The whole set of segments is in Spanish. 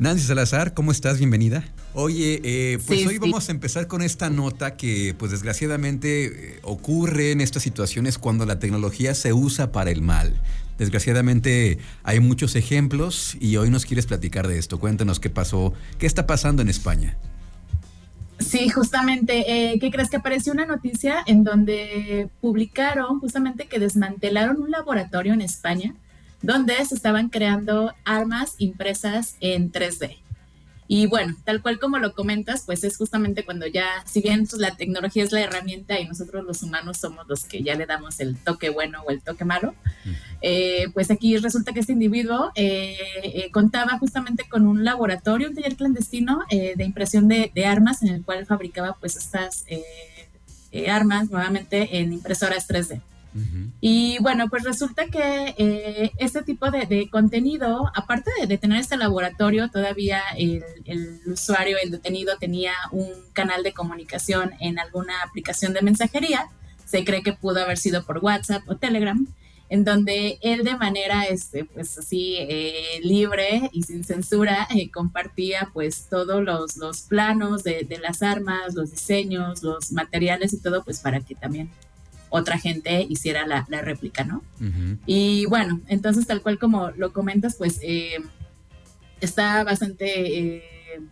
Nancy Salazar, ¿cómo estás? Bienvenida. Oye, pues Sí, hoy sí. vamos a empezar con esta nota que, pues desgraciadamente, ocurre en estas situaciones cuando la tecnología se usa para el mal. Desgraciadamente hay muchos ejemplos y hoy nos quieres platicar de esto. Cuéntanos qué pasó, qué está pasando en España. Sí, justamente, ¿qué crees? Que apareció una noticia en donde publicaron justamente que desmantelaron un laboratorio en España donde se estaban creando armas impresas en 3D. Y bueno, tal cual como lo comentas, pues es justamente cuando ya, si bien pues, la tecnología es la herramienta y nosotros los humanos somos los que ya le damos el toque bueno o el toque malo, pues aquí resulta que este individuo contaba justamente con un laboratorio, un taller clandestino de impresión de armas en el cual fabricaba pues estas armas nuevamente en impresoras 3D. Uh-huh. Y bueno, pues resulta que este tipo de contenido, aparte de tener este laboratorio, todavía el usuario, el detenido, tenía un canal de comunicación en alguna aplicación de mensajería. Se cree que pudo haber sido por WhatsApp o Telegram, en donde él de manera, pues así, libre y sin censura, compartía pues todos los planos de las armas, los diseños, los materiales y todo, pues para que también otra gente hiciera la réplica, ¿no? Uh-huh. Y bueno, entonces tal cual como lo comentas, pues está bastante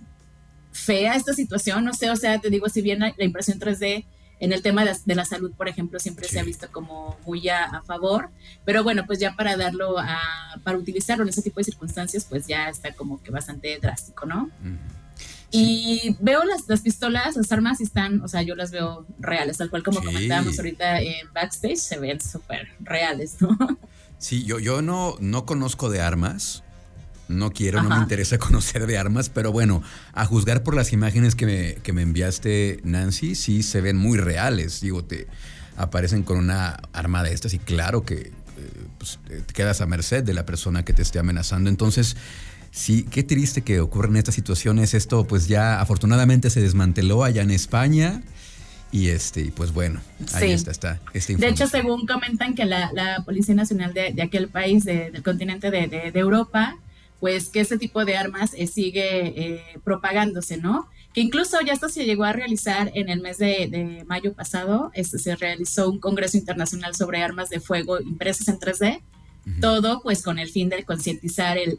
fea esta situación, no sé, o sea, te digo, si bien la impresión 3D en el tema de la salud, por ejemplo, siempre se ha visto como muy a favor, pero bueno, pues ya para darlo para utilizarlo en ese tipo de circunstancias, pues ya está como que bastante drástico, ¿no? Uh-huh. Sí. Y veo las pistolas, las armas están, o sea, yo las veo reales, tal cual como comentábamos ahorita en backstage, se ven súper reales, ¿no? Sí, yo no conozco de armas, no quiero, Ajá. no me interesa conocer de armas, pero bueno, a juzgar por las imágenes que me enviaste, Nancy, sí se ven muy reales, digo, te aparecen con una arma de estas y claro que pues, te quedas a merced de la persona que te esté amenazando, entonces... Sí, qué triste que ocurran estas situaciones. Esto pues ya afortunadamente se desmanteló allá en España y pues bueno, ahí Sí. está esta De información. hecho, según comentan que la Policía Nacional de aquel país, del continente de Europa, pues que ese tipo de armas sigue propagándose, ¿no? Que incluso ya esto se llegó a realizar en el mes de mayo pasado, se realizó un congreso internacional sobre armas de fuego impresas en 3D, Uh-huh. todo pues con el fin de concientizar el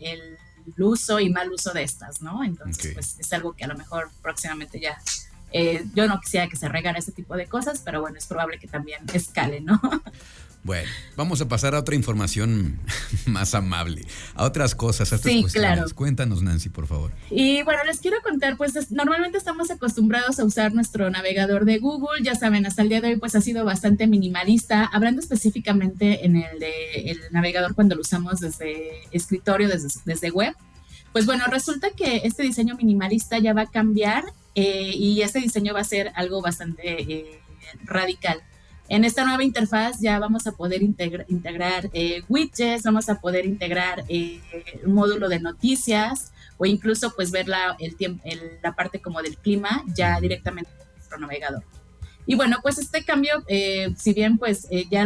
uso y mal uso de estas, ¿no? Entonces, Okay. pues es algo que a lo mejor próximamente ya, yo no quisiera que se regara ese tipo de cosas, pero bueno, es probable que también escale, ¿no? Bueno, vamos a pasar a otra información más amable, a otras cosas, a otras Sí, cuestiones. claro. Cuéntanos, Nancy, por favor. Y bueno, les quiero contar, pues normalmente estamos acostumbrados a usar nuestro navegador de Google, ya saben, hasta el día de hoy pues ha sido bastante minimalista, hablando específicamente en el navegador cuando lo usamos desde escritorio, desde web. Pues bueno, resulta que este diseño minimalista ya va a cambiar y este diseño va a ser algo bastante radical. En esta nueva interfaz ya vamos a poder integrar widgets, vamos a poder integrar un módulo de noticias o incluso pues ver la parte como del clima ya directamente en nuestro navegador. Y bueno, pues este cambio, si bien pues ya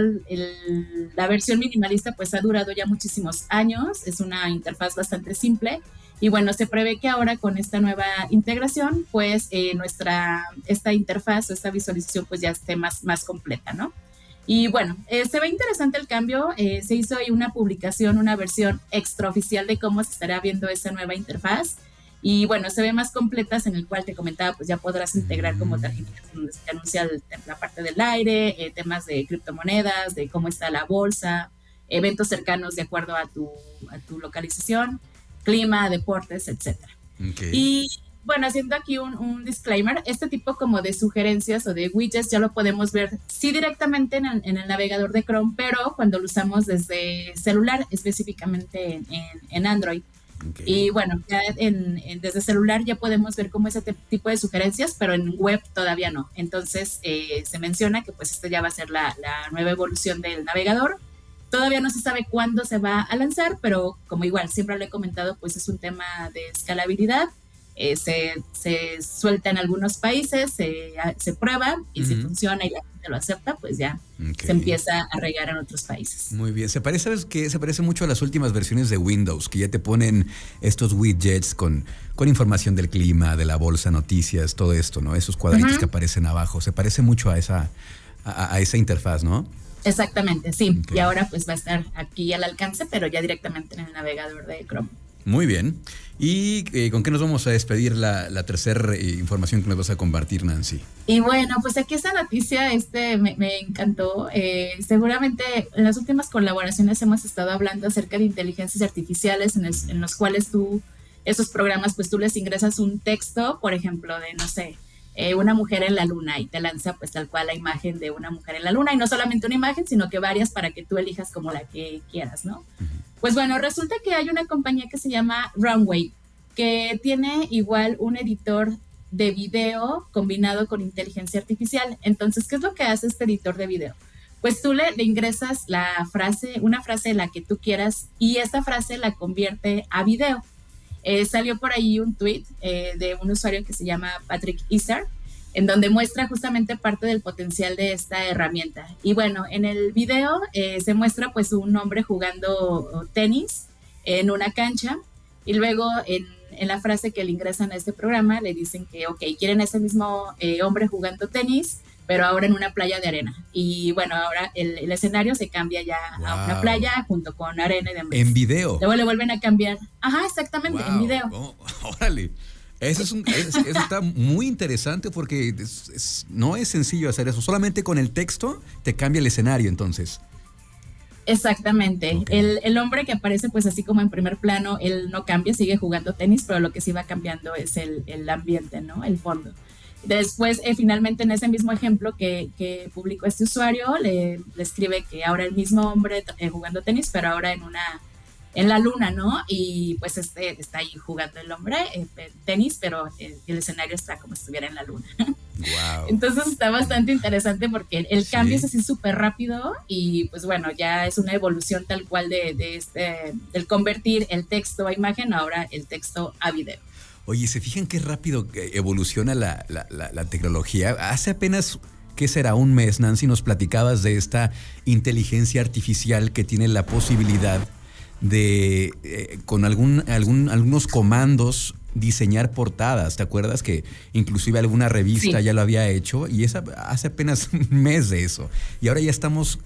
la versión minimalista pues ha durado ya muchísimos años, es una interfaz bastante simple y bueno, se prevé que ahora con esta nueva integración pues esta interfaz o esta visualización pues ya esté más completa, ¿no? Y bueno, se ve interesante el cambio, se hizo ahí una publicación, una versión extraoficial de cómo se estará viendo esa nueva interfaz. Y bueno, se ve más completas en el cual te comentaba, pues ya podrás integrar como tarjetas donde se te anuncia la parte del aire, temas de criptomonedas, de cómo está la bolsa, eventos cercanos de acuerdo a tu localización, clima, deportes, etcétera. Okay. Y bueno, haciendo aquí un disclaimer, este tipo como de sugerencias o de widgets ya lo podemos ver sí directamente en el navegador de Chrome, pero cuando lo usamos desde celular, específicamente en Android. Okay. Y bueno, ya desde celular ya podemos ver como ese tipo de sugerencias, pero en web todavía no. Entonces se menciona que pues esta ya va a ser la nueva evolución del navegador. Todavía no se sabe cuándo se va a lanzar, pero como igual siempre lo he comentado, pues es un tema de escalabilidad. Se suelta en algunos países, se prueba y si funciona y la gente te lo acepta, pues ya Okay. se empieza a regar en otros países. Muy bien. ¿Sabes qué? Se parece mucho a las últimas versiones de Windows, que ya te ponen estos widgets con información del clima, de la bolsa, noticias, todo esto, ¿no? Esos cuadritos que aparecen abajo. Se parece mucho a esa interfaz, ¿no? Exactamente, sí. Okay. Y ahora pues va a estar aquí al alcance, pero ya directamente en el navegador de Chrome. Muy bien. ¿Y con qué nos vamos a despedir la tercera información que nos vas a compartir, Nancy? Y bueno, pues aquí esta noticia me encantó. Seguramente en las últimas colaboraciones hemos estado hablando acerca de inteligencias artificiales en los cuales esos programas, pues tú les ingresas un texto, por ejemplo, de, no sé, una mujer en la luna y te lanza pues tal cual la imagen de una mujer en la luna y no solamente una imagen, sino que varias para que tú elijas como la que quieras, ¿no? Uh-huh. Pues bueno, resulta que hay una compañía que se llama Runway, que tiene igual un editor de video combinado con inteligencia artificial. Entonces, ¿qué es lo que hace este editor de video? Pues tú le ingresas una frase la que tú quieras y esta frase la convierte a video. Salió por ahí un tweet de un usuario que se llama Patrick Isar, en donde muestra justamente parte del potencial de esta herramienta. Y bueno, en el video se muestra pues un hombre jugando tenis en una cancha y luego en la frase que le ingresan a este programa le dicen que ok, quieren ese mismo hombre jugando tenis, pero ahora en una playa de arena. Y bueno, ahora el escenario se cambia ya a una playa junto con arena y demás. ¿En video? Luego le vuelven a cambiar. Ajá, exactamente, en video. Oh, órale. Eso está muy interesante porque no es sencillo hacer eso. Solamente con el texto te cambia el escenario, entonces. Exactamente. Okay. El hombre que aparece pues así como en primer plano, él no cambia, sigue jugando tenis, pero lo que sí va cambiando es el ambiente, ¿no? El fondo. Después, finalmente, en ese mismo ejemplo que publicó este usuario, le escribe que ahora el mismo hombre jugando tenis, pero ahora en la luna, ¿no? Y pues está ahí jugando el hombre tenis, pero el escenario está como si estuviera en la luna. Wow. Entonces está bastante interesante porque el cambio es así súper rápido y pues bueno, ya es una evolución tal cual del convertir el texto a imagen, ahora el texto a video. Oye, ¿se fijan qué rápido evoluciona la tecnología? Hace apenas, ¿qué será? Un mes, Nancy, nos platicabas de esta inteligencia artificial que tiene la posibilidad de, con algunos comandos, diseñar portadas. ¿Te acuerdas que inclusive alguna revista ya lo había hecho? Y hace apenas un mes de eso. Y ahora ya estamos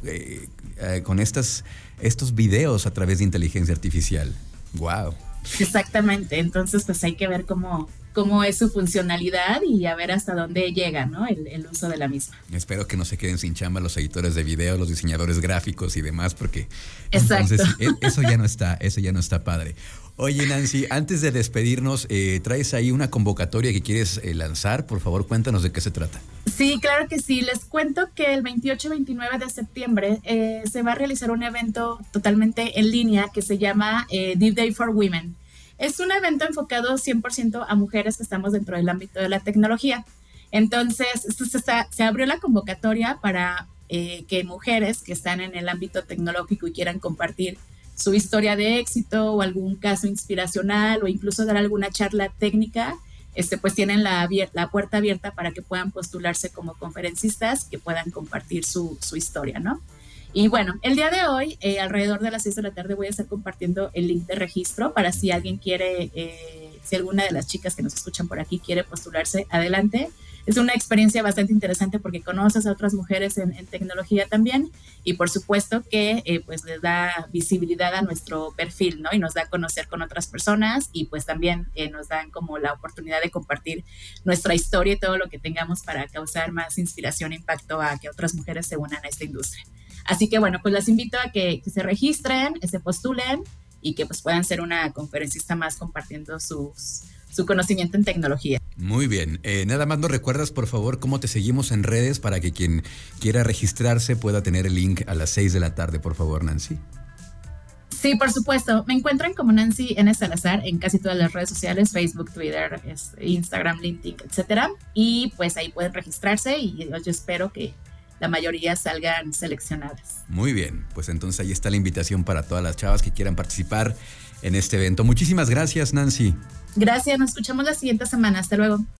con estos videos a través de inteligencia artificial. ¡Wow! Exactamente, entonces pues hay que ver cómo es su funcionalidad y a ver hasta dónde llega, ¿no? El uso de la misma. Espero que no se queden sin chamba los editores de video, los diseñadores gráficos y demás, porque exacto. Entonces eso ya no está padre. Oye, Nancy, antes de despedirnos, traes ahí una convocatoria que quieres lanzar. Por favor, cuéntanos de qué se trata. Sí, claro que sí. Les cuento que el 28 y 29 de septiembre se va a realizar un evento totalmente en línea que se llama Deep Day for Women. Es un evento enfocado 100% a mujeres que estamos dentro del ámbito de la tecnología. Entonces, se abrió la convocatoria para que mujeres que están en el ámbito tecnológico y quieran compartir su historia de éxito o algún caso inspiracional o incluso dar alguna charla técnica, pues tienen la puerta abierta para que puedan postularse como conferencistas, que puedan compartir su historia, ¿no? Y bueno, el día de hoy, alrededor de las 6 de la tarde voy a estar compartiendo el link de registro para si alguien quiere, si alguna de las chicas que nos escuchan por aquí quiere postularse, adelante. Es una experiencia bastante interesante porque conoces a otras mujeres en tecnología también y por supuesto que pues les da visibilidad a nuestro perfil, ¿no? Y nos da a conocer con otras personas y pues también nos dan como la oportunidad de compartir nuestra historia y todo lo que tengamos para causar más inspiración e impacto a que otras mujeres se unan a esta industria. Así que bueno, pues las invito a que se registren, se postulen y que pues puedan ser una conferencista más compartiendo su conocimiento en tecnología. Muy bien. Nada más nos recuerdas, por favor, cómo te seguimos en redes para que quien quiera registrarse pueda tener el link a las 6 de la tarde, por favor, Nancy. Sí, por supuesto. Me encuentran como Nancy N. Salazar en casi todas las redes sociales, Facebook, Twitter, Instagram, LinkedIn, etcétera. Y pues ahí pueden registrarse y yo espero que la mayoría salgan seleccionadas. Muy bien, pues entonces ahí está la invitación para todas las chavas que quieran participar en este evento. Muchísimas gracias, Nancy. Gracias, nos escuchamos la siguiente semana. Hasta luego.